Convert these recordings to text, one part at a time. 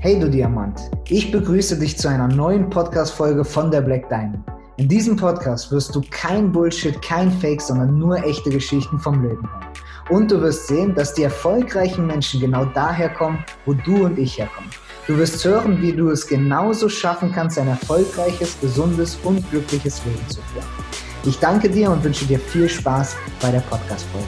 Hey du Diamant, ich begrüße dich zu einer neuen Podcast-Folge von der Black Diamond. In diesem Podcast wirst du kein Bullshit, kein Fake, sondern nur echte Geschichten vom Leben hören. Und du wirst sehen, dass die erfolgreichen Menschen genau daher kommen, wo du und ich herkommen. Du wirst hören, wie du es genauso schaffen kannst, ein erfolgreiches, gesundes und glückliches Leben zu führen. Ich danke dir und wünsche dir viel Spaß bei der Podcast-Folge.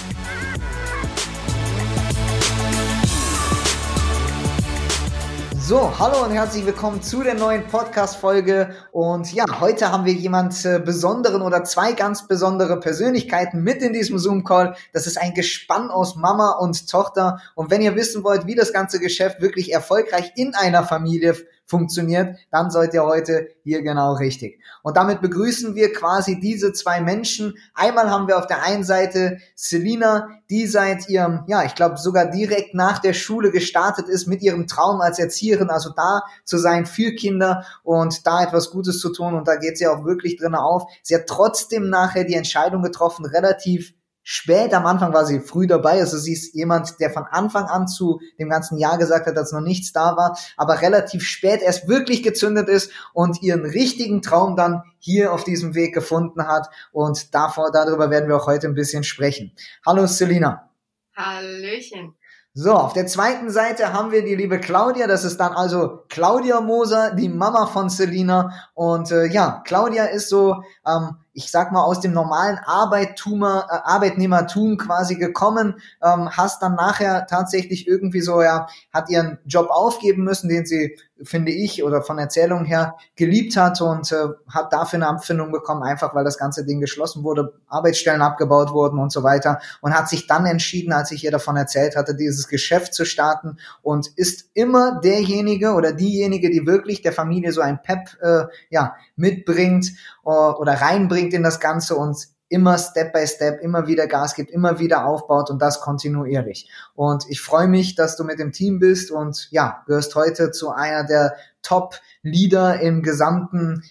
So, hallo und herzlich willkommen zu der neuen Podcast-Folge. Und ja, heute haben wir jemand Besonderen oder zwei ganz besondere Persönlichkeiten mit in diesem Zoom-Call. Das ist ein Gespann aus Mama und Tochter. Und wenn ihr wissen wollt, wie das ganze Geschäft wirklich erfolgreich in einer Familie funktioniert, dann seid ihr heute hier genau richtig. Und damit begrüßen wir quasi diese zwei Menschen. Einmal haben wir auf der einen Seite Selina, die seit ihrem, ich glaube sogar direkt nach der Schule gestartet ist mit ihrem Traum als Erzieherin, also da zu sein für Kinder und da etwas Gutes zu tun, und da geht sie auch wirklich drin auf. Sie hat trotzdem nachher die Entscheidung getroffen, relativ spät. Am Anfang war sie früh dabei, also sie ist jemand, der von Anfang an zu dem ganzen Jahr gesagt hat, dass noch nichts da war, aber relativ spät erst wirklich gezündet ist und ihren richtigen Traum dann hier auf diesem Weg gefunden hat, und darüber werden wir auch heute ein bisschen sprechen. Hallo Selina. Hallöchen. So, auf der zweiten Seite haben wir die liebe Claudia, das ist dann also Claudia Moser, die Mama von Selina, und Claudia ist so, ich sag mal, aus dem normalen Arbeitnehmertum quasi gekommen, hast dann nachher tatsächlich irgendwie so, hat ihren Job aufgeben müssen, den sie, finde ich, oder von Erzählungen her geliebt hat, und hat dafür eine Abfindung bekommen, einfach weil das ganze Ding geschlossen wurde, Arbeitsstellen abgebaut wurden und so weiter, und hat sich dann entschieden, als ich ihr davon erzählt hatte, dieses Geschäft zu starten, und ist immer derjenige oder diejenige, die wirklich der Familie so ein Pep mitbringt oder reinbringt in das Ganze und immer Step by Step, immer wieder Gas gibt, immer wieder aufbaut, und das kontinuierlich. Und ich freue mich, dass du mit dem Team bist und gehörst heute zu einer der Top-Leader im gesamten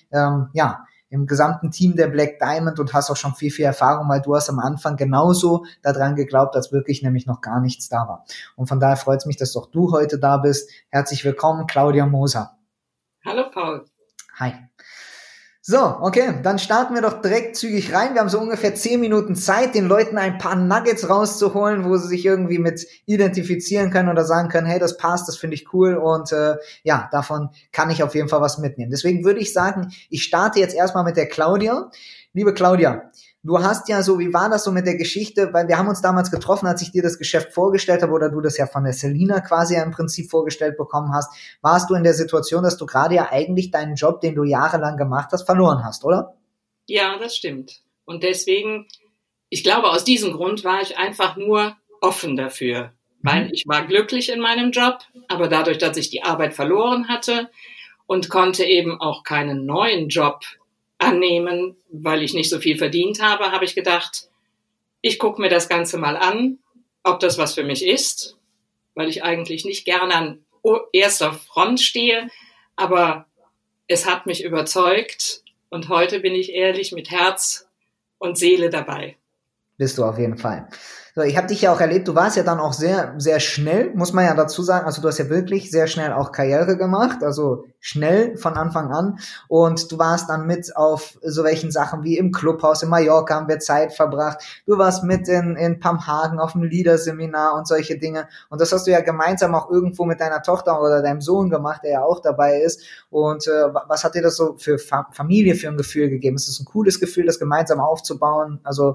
Team der Black Diamond und hast auch schon viel, viel Erfahrung, weil du hast am Anfang genauso daran geglaubt, als wirklich nämlich noch gar nichts da war. Und von daher freut es mich, dass auch du heute da bist. Herzlich willkommen, Claudia Moser. Hallo Paul. Hi. So, okay, dann starten wir doch direkt zügig rein. Wir haben so ungefähr 10 Minuten Zeit, den Leuten ein paar Nuggets rauszuholen, wo sie sich irgendwie mit identifizieren können oder sagen können, hey, das passt, das finde ich cool, und davon kann ich auf jeden Fall was mitnehmen. Deswegen würde ich sagen, ich starte jetzt erstmal mit der Claudia. Liebe Claudia, du hast ja so, wie war das so mit der Geschichte, weil wir haben uns damals getroffen, als ich dir das Geschäft vorgestellt habe, oder du das ja von der Selina quasi im Prinzip vorgestellt bekommen hast, warst du in der Situation, dass du gerade ja eigentlich deinen Job, den du jahrelang gemacht hast, verloren hast, oder? Ja, das stimmt. Und deswegen, ich glaube, aus diesem Grund war ich einfach nur offen dafür, weil ich war glücklich in meinem Job, aber dadurch, dass ich die Arbeit verloren hatte und konnte eben auch keinen neuen Job annehmen, weil ich nicht so viel verdient habe, habe ich gedacht, ich gucke mir das Ganze mal an, ob das was für mich ist, weil ich eigentlich nicht gerne an erster Front stehe, aber es hat mich überzeugt, und heute bin ich ehrlich mit Herz und Seele dabei. Bist du auf jeden Fall. So, ich habe dich ja auch erlebt, du warst ja dann auch sehr, sehr schnell, muss man ja dazu sagen, also du hast ja wirklich sehr schnell auch Karriere gemacht, also schnell von Anfang an, und du warst dann mit auf so welchen Sachen wie im Clubhaus in Mallorca haben wir Zeit verbracht, du warst mit in Pamhagen auf dem Leaderseminar und solche Dinge, und das hast du ja gemeinsam auch irgendwo mit deiner Tochter oder deinem Sohn gemacht, der ja auch dabei ist, und was hat dir das so für Familie für ein Gefühl gegeben? Ist es ein cooles Gefühl, das gemeinsam aufzubauen? Also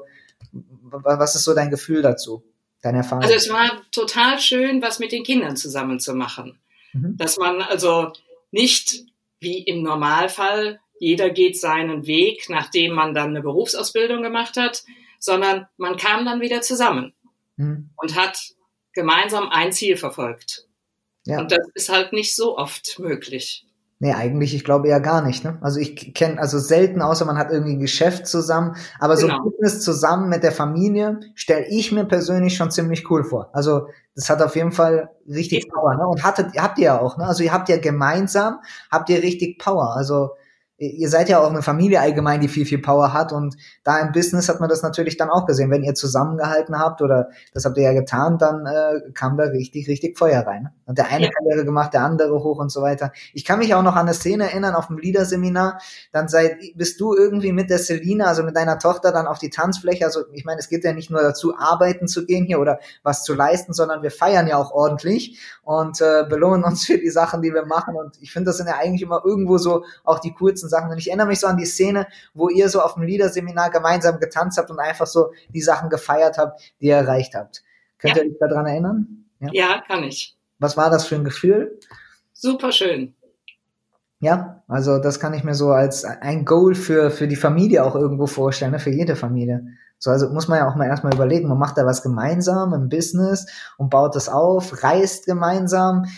was ist so dein Gefühl dazu, deine Erfahrung? Also es war total schön, was mit den Kindern zusammen zu machen. Dass man also nicht wie im Normalfall, jeder geht seinen Weg, nachdem man dann eine Berufsausbildung gemacht hat, sondern man kam dann wieder zusammen und hat gemeinsam ein Ziel verfolgt. Ja. Und das ist halt nicht so oft möglich. Nee, eigentlich, ich glaube eher gar nicht, ne? Also ich kenne selten, außer man hat irgendwie ein Geschäft zusammen, aber so Business zusammen mit der Familie stelle ich mir persönlich schon ziemlich cool vor. Also das hat auf jeden Fall richtig Power, ne? Und habt ihr ja auch, ne? Also ihr habt ja gemeinsam, habt ihr richtig Power. Also ihr seid ja auch eine Familie allgemein, die viel, viel Power hat, und da im Business hat man das natürlich dann auch gesehen. Wenn ihr zusammengehalten habt, oder das habt ihr ja getan, dann kam da richtig, richtig Feuer rein. Ne? Und der eine Karriere gemacht, der andere hoch und so weiter. Ich kann mich auch noch an eine Szene erinnern auf dem Leader-Seminar, dann bist du irgendwie mit der Selina, also mit deiner Tochter, dann auf die Tanzfläche. Also ich meine, es geht ja nicht nur dazu, arbeiten zu gehen hier oder was zu leisten, sondern wir feiern ja auch ordentlich und belohnen uns für die Sachen, die wir machen. Und ich finde, das sind ja eigentlich immer irgendwo so auch die coolsten Sachen. Und ich erinnere mich so an die Szene, wo ihr so auf dem Leader-Seminar gemeinsam getanzt habt und einfach so die Sachen gefeiert habt, die ihr erreicht habt. Könnt ihr euch daran erinnern? Ja, kann ich. Was war das für ein Gefühl? Super schön. Ja, also das kann ich mir so als ein Goal für die Familie auch irgendwo vorstellen, ne? Für jede Familie. So, also muss man ja auch mal erstmal überlegen, man macht da was gemeinsam im Business und baut das auf, reist gemeinsam,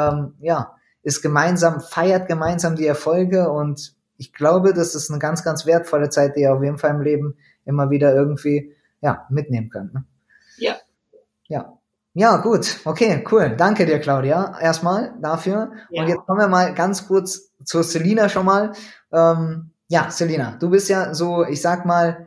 ist gemeinsam, feiert gemeinsam die Erfolge, und ich glaube, das ist eine ganz, ganz wertvolle Zeit, die ihr auf jeden Fall im Leben immer wieder irgendwie, mitnehmen könnt. Ne? Ja. Ja. Ja, gut. Okay, cool. Danke dir, Claudia, erstmal dafür. Ja. Und jetzt kommen wir mal ganz kurz zur Selina schon mal. Selina, du bist ja so, ich sag mal,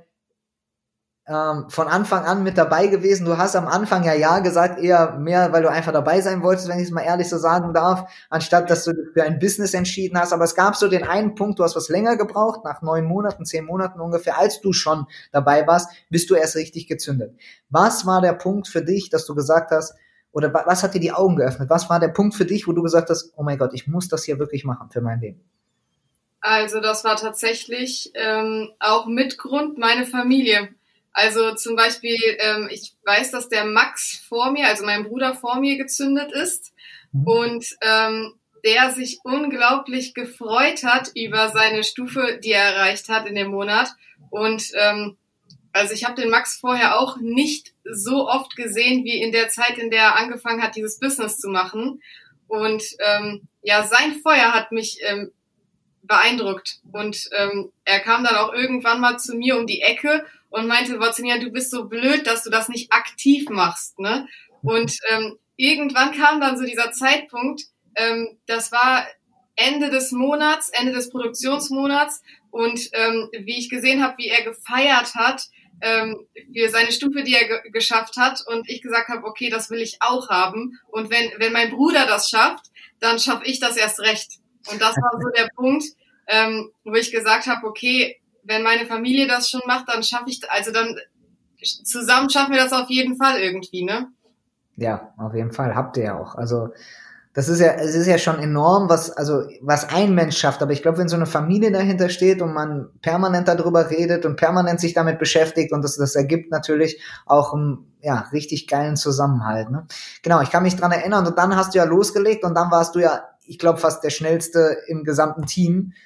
von Anfang an mit dabei gewesen. Du hast am Anfang ja gesagt, eher mehr, weil du einfach dabei sein wolltest, wenn ich es mal ehrlich so sagen darf, anstatt dass du für ein Business entschieden hast. Aber es gab so den einen Punkt, du hast was länger gebraucht, nach 9 Monaten, 10 Monaten ungefähr, als du schon dabei warst, bist du erst richtig gezündet. Was war der Punkt für dich, dass du gesagt hast, oder was hat dir die Augen geöffnet? Was war der Punkt für dich, wo du gesagt hast, oh mein Gott, ich muss das hier wirklich machen für mein Leben? Also das war tatsächlich auch mit Grund meine Familie. Also zum Beispiel, ich weiß, dass der Max vor mir, also mein Bruder vor mir gezündet ist und der sich unglaublich gefreut hat über seine Stufe, die er erreicht hat in dem Monat. Und also ich habe den Max vorher auch nicht so oft gesehen, wie in der Zeit, in der er angefangen hat, dieses Business zu machen. Und sein Feuer hat mich beeindruckt. Und er kam dann auch irgendwann mal zu mir um die Ecke und meinte, Wozniak, du bist so blöd, dass du das nicht aktiv machst, ne? Und irgendwann kam dann so dieser Zeitpunkt, das war Ende des Monats, Ende des Produktionsmonats, und wie ich gesehen habe, wie er gefeiert hat für seine Stufe, die er geschafft hat, und ich gesagt habe, okay, das will ich auch haben, und wenn mein Bruder das schafft, dann schaffe ich das erst recht. Und das war so der Punkt, wo ich gesagt habe, okay, wenn meine Familie das schon macht, dann schaffe ich, also dann zusammen schaffen wir das auf jeden Fall irgendwie, ne? Ja, auf jeden Fall, habt ihr ja auch. Also es ist ja schon enorm, was ein Mensch schafft. Aber ich glaube, wenn so eine Familie dahinter steht und man permanent darüber redet und permanent sich damit beschäftigt, und das ergibt natürlich auch einen richtig geilen Zusammenhalt. Ne? Genau, ich kann mich dran erinnern, und dann hast du ja losgelegt, und dann warst du ja, ich glaube, fast der schnellste im gesamten Team.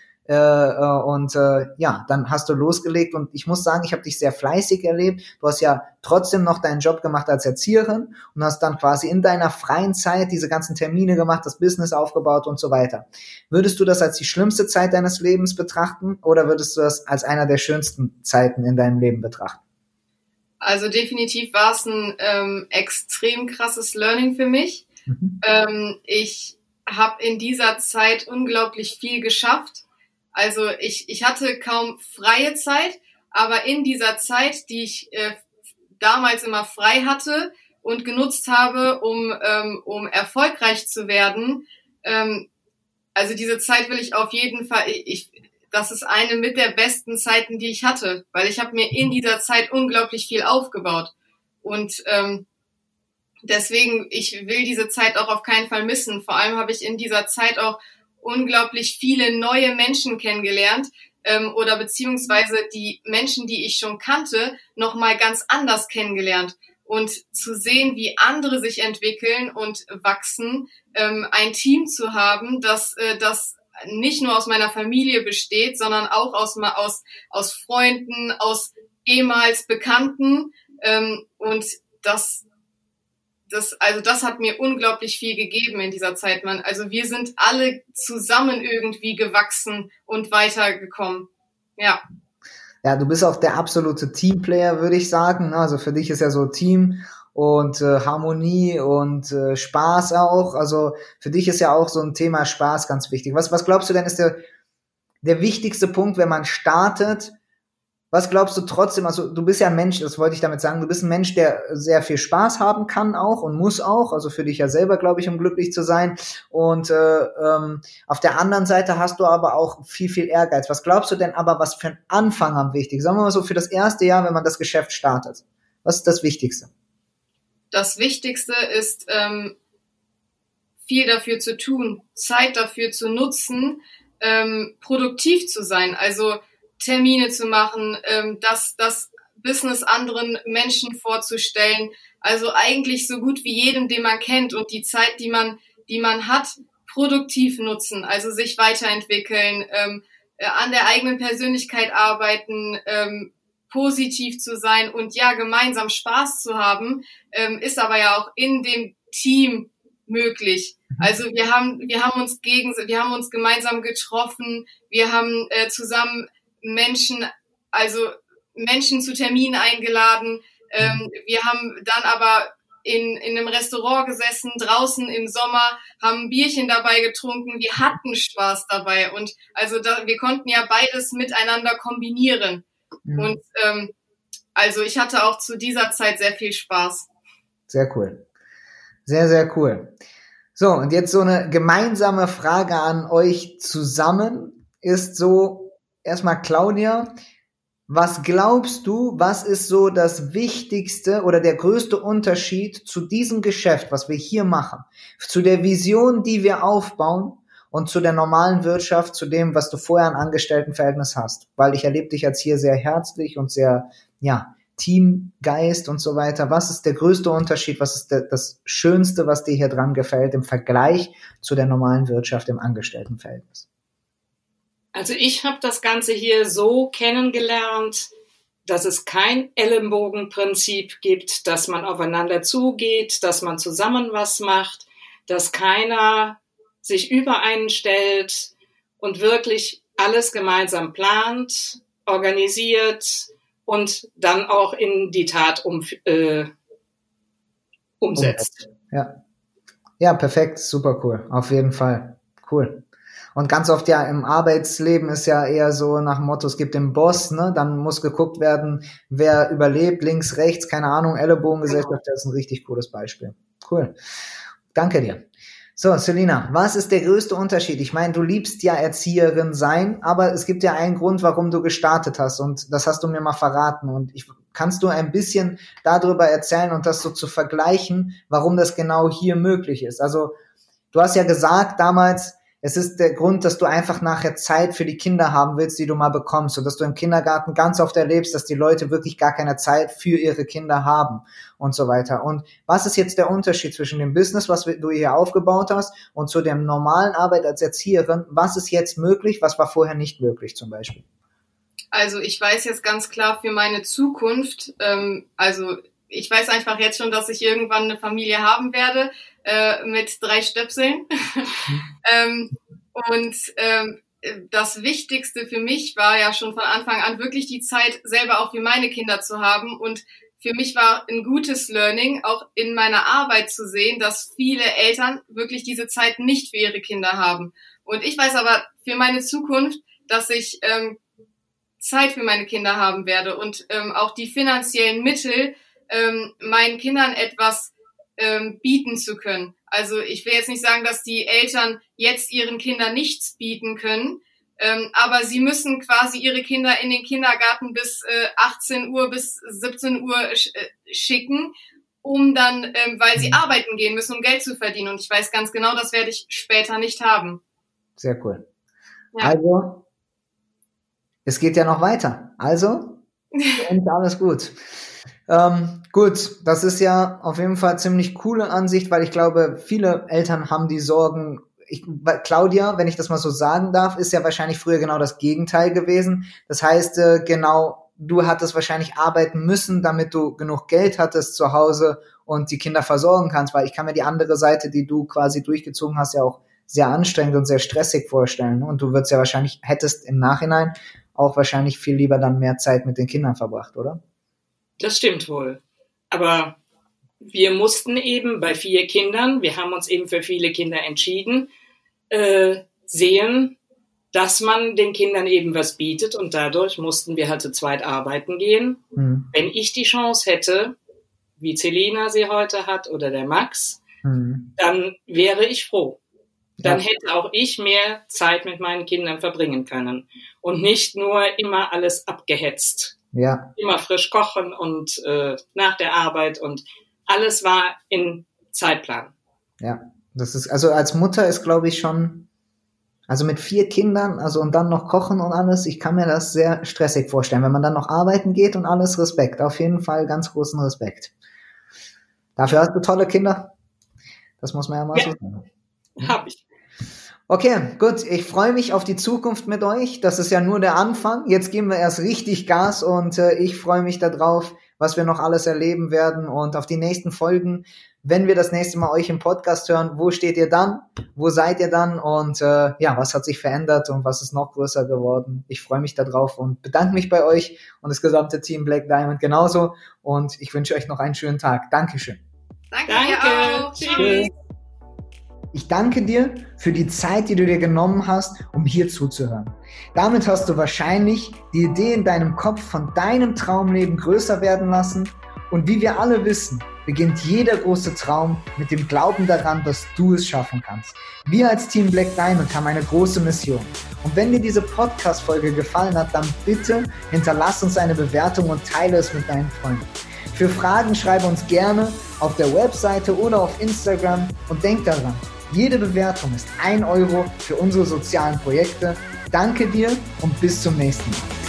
Dann hast du losgelegt, und ich muss sagen, ich habe dich sehr fleißig erlebt. Du hast ja trotzdem noch deinen Job gemacht als Erzieherin und hast dann quasi in deiner freien Zeit diese ganzen Termine gemacht, das Business aufgebaut und so weiter. Würdest du das als die schlimmste Zeit deines Lebens betrachten, oder würdest du das als einer der schönsten Zeiten in deinem Leben betrachten? Also definitiv war es ein extrem krasses Learning für mich. Ich habe in dieser Zeit unglaublich viel geschafft. Also ich hatte kaum freie Zeit, aber in dieser Zeit, die ich damals immer frei hatte und genutzt habe, um erfolgreich zu werden, also diese Zeit will ich auf jeden Fall, das ist eine mit der besten Zeiten, die ich hatte, weil ich habe mir in dieser Zeit unglaublich viel aufgebaut. Und deswegen, ich will diese Zeit auch auf keinen Fall missen. Vor allem habe ich in dieser Zeit auch unglaublich viele neue Menschen kennengelernt, oder beziehungsweise die Menschen, die ich schon kannte, nochmal ganz anders kennengelernt. Und zu sehen, wie andere sich entwickeln und wachsen, ein Team zu haben, das nicht nur aus meiner Familie besteht, sondern auch aus Freunden, aus ehemals Bekannten, und das hat mir unglaublich viel gegeben in dieser Zeit, Mann. Also wir sind alle zusammen irgendwie gewachsen und weitergekommen. Ja. Ja, du bist auch der absolute Teamplayer, würde ich sagen. Also für dich ist ja so Team und Harmonie und Spaß auch. Also für dich ist ja auch so ein Thema Spaß ganz wichtig. Was glaubst du denn ist der wichtigste Punkt, wenn man startet? Was glaubst du trotzdem, also du bist ja ein Mensch, das wollte ich damit sagen, du bist ein Mensch, der sehr viel Spaß haben kann auch und muss auch, also für dich ja selber, glaube ich, um glücklich zu sein. Und auf der anderen Seite hast du aber auch viel, viel Ehrgeiz. Was glaubst du denn aber, was für einen Anfang am wichtigsten? Sagen wir mal so, für das erste Jahr, wenn man das Geschäft startet. Was ist das Wichtigste? Das Wichtigste ist, viel dafür zu tun, Zeit dafür zu nutzen, produktiv zu sein, also Termine zu machen, das Business anderen Menschen vorzustellen, also eigentlich so gut wie jedem, den man kennt, und die Zeit, die man hat, produktiv nutzen, also sich weiterentwickeln, an der eigenen Persönlichkeit arbeiten, positiv zu sein und ja, gemeinsam Spaß zu haben, ist aber ja auch in dem Team möglich. Also wir haben uns gemeinsam getroffen, wir haben zusammen Menschen zu Terminen eingeladen. Wir haben dann aber in einem Restaurant gesessen, draußen im Sommer, haben ein Bierchen dabei getrunken. Wir hatten Spaß dabei und also wir konnten ja beides miteinander kombinieren. Mhm. Und also ich hatte auch zu dieser Zeit sehr viel Spaß. Sehr cool. Sehr, sehr cool. So, und jetzt so eine gemeinsame Frage an euch zusammen ist so, erstmal Claudia, was glaubst du, was ist so das Wichtigste oder der größte Unterschied zu diesem Geschäft, was wir hier machen, zu der Vision, die wir aufbauen und zu der normalen Wirtschaft, zu dem, was du vorher an Angestelltenverhältnis hast? Weil ich erlebe dich jetzt hier sehr herzlich und sehr, ja, Teamgeist und so weiter. Was ist der größte Unterschied? Was ist das Schönste, was dir hier dran gefällt im Vergleich zu der normalen Wirtschaft im Angestelltenverhältnis? Also ich habe das Ganze hier so kennengelernt, dass es kein Ellenbogenprinzip gibt, dass man aufeinander zugeht, dass man zusammen was macht, dass keiner sich über einen stellt und wirklich alles gemeinsam plant, organisiert und dann auch in die Tat umsetzt. Ja, perfekt, super cool, auf jeden Fall, cool. Und ganz oft ja im Arbeitsleben ist ja eher so nach dem Motto, es gibt den Boss, ne, dann muss geguckt werden, wer überlebt, links, rechts, keine Ahnung, Ellenbogengesellschaft, das ist ein richtig cooles Beispiel. Cool. Danke dir. So, Selina, was ist der größte Unterschied? Ich meine, du liebst ja Erzieherin sein, aber es gibt ja einen Grund, warum du gestartet hast und das hast du mir mal verraten und kannst du ein bisschen darüber erzählen und das so zu vergleichen, warum das genau hier möglich ist? Also, du hast ja gesagt damals, es ist der Grund, dass du einfach nachher Zeit für die Kinder haben willst, die du mal bekommst und dass du im Kindergarten ganz oft erlebst, dass die Leute wirklich gar keine Zeit für ihre Kinder haben und so weiter. Und was ist jetzt der Unterschied zwischen dem Business, was du hier aufgebaut hast, und zu der normalen Arbeit als Erzieherin? Was ist jetzt möglich, was war vorher nicht möglich zum Beispiel? Also ich weiß jetzt ganz klar für meine Zukunft, ich weiß einfach jetzt schon, dass ich irgendwann eine Familie haben werde mit 3 Stöpseln. Das Wichtigste für mich war ja schon von Anfang an wirklich die Zeit selber auch für meine Kinder zu haben. Und für mich war ein gutes Learning, auch in meiner Arbeit zu sehen, dass viele Eltern wirklich diese Zeit nicht für ihre Kinder haben. Und ich weiß aber für meine Zukunft, dass ich Zeit für meine Kinder haben werde und auch die finanziellen Mittel, meinen Kindern etwas bieten zu können. Also ich will jetzt nicht sagen, dass die Eltern jetzt ihren Kindern nichts bieten können, aber sie müssen quasi ihre Kinder in den Kindergarten bis 18 Uhr, bis 17 Uhr schicken, um dann, weil sie arbeiten gehen müssen, um Geld zu verdienen. Und ich weiß ganz genau, das werde ich später nicht haben. Sehr cool. Ja. Also, es geht ja noch weiter. Also, alles gut. Gut, das ist ja auf jeden Fall ziemlich coole Ansicht, weil ich glaube, viele Eltern haben die Sorgen. Claudia, wenn ich das mal so sagen darf, ist ja wahrscheinlich früher genau das Gegenteil gewesen. Das heißt, genau, du hattest wahrscheinlich arbeiten müssen, damit du genug Geld hattest zu Hause und die Kinder versorgen kannst, weil ich kann mir die andere Seite, die du quasi durchgezogen hast, ja auch sehr anstrengend und sehr stressig vorstellen. Und du hättest im Nachhinein auch wahrscheinlich viel lieber dann mehr Zeit mit den Kindern verbracht, oder? Das stimmt wohl. Aber wir mussten eben bei 4 Kindern, wir haben uns eben für viele Kinder entschieden, sehen, dass man den Kindern eben was bietet und dadurch mussten wir halt zu zweit arbeiten gehen. Wenn ich die Chance hätte, wie Celina sie heute hat oder der Max, dann wäre ich froh. Dann hätte auch ich mehr Zeit mit meinen Kindern verbringen können und nicht nur immer alles abgehetzt. Ja. Immer frisch kochen und nach der Arbeit und alles war in Zeitplan. Ja, das ist, also als Mutter ist, glaube ich, schon, also mit 4 Kindern, also und dann noch kochen und alles, ich kann mir das sehr stressig vorstellen. Wenn man dann noch arbeiten geht und alles, Respekt. Auf jeden Fall ganz großen Respekt. Dafür hast du tolle Kinder. Das muss man ja mal so sagen. Hab ich. Okay, gut. Ich freue mich auf die Zukunft mit euch. Das ist ja nur der Anfang. Jetzt geben wir erst richtig Gas und ich freue mich darauf, was wir noch alles erleben werden und auf die nächsten Folgen. Wenn wir das nächste Mal euch im Podcast hören, wo steht ihr dann? Wo seid ihr dann? Und was hat sich verändert und was ist noch größer geworden? Ich freue mich darauf und bedanke mich bei euch und das gesamte Team Black Diamond genauso. Und ich wünsche euch noch einen schönen Tag. Dankeschön. Danke. Dir auch. Tschüss. Ich danke dir für die Zeit, die du dir genommen hast, um hier zuzuhören. Damit hast du wahrscheinlich die Idee in deinem Kopf von deinem Traumleben größer werden lassen. Und wie wir alle wissen, beginnt jeder große Traum mit dem Glauben daran, dass du es schaffen kannst. Wir als Team Black Diamond haben eine große Mission. Und wenn dir diese Podcast-Folge gefallen hat, dann bitte hinterlass uns eine Bewertung und teile es mit deinen Freunden. Für Fragen schreibe uns gerne auf der Webseite oder auf Instagram und denk daran, jede Bewertung ist 1 € für unsere sozialen Projekte. Danke dir und bis zum nächsten Mal.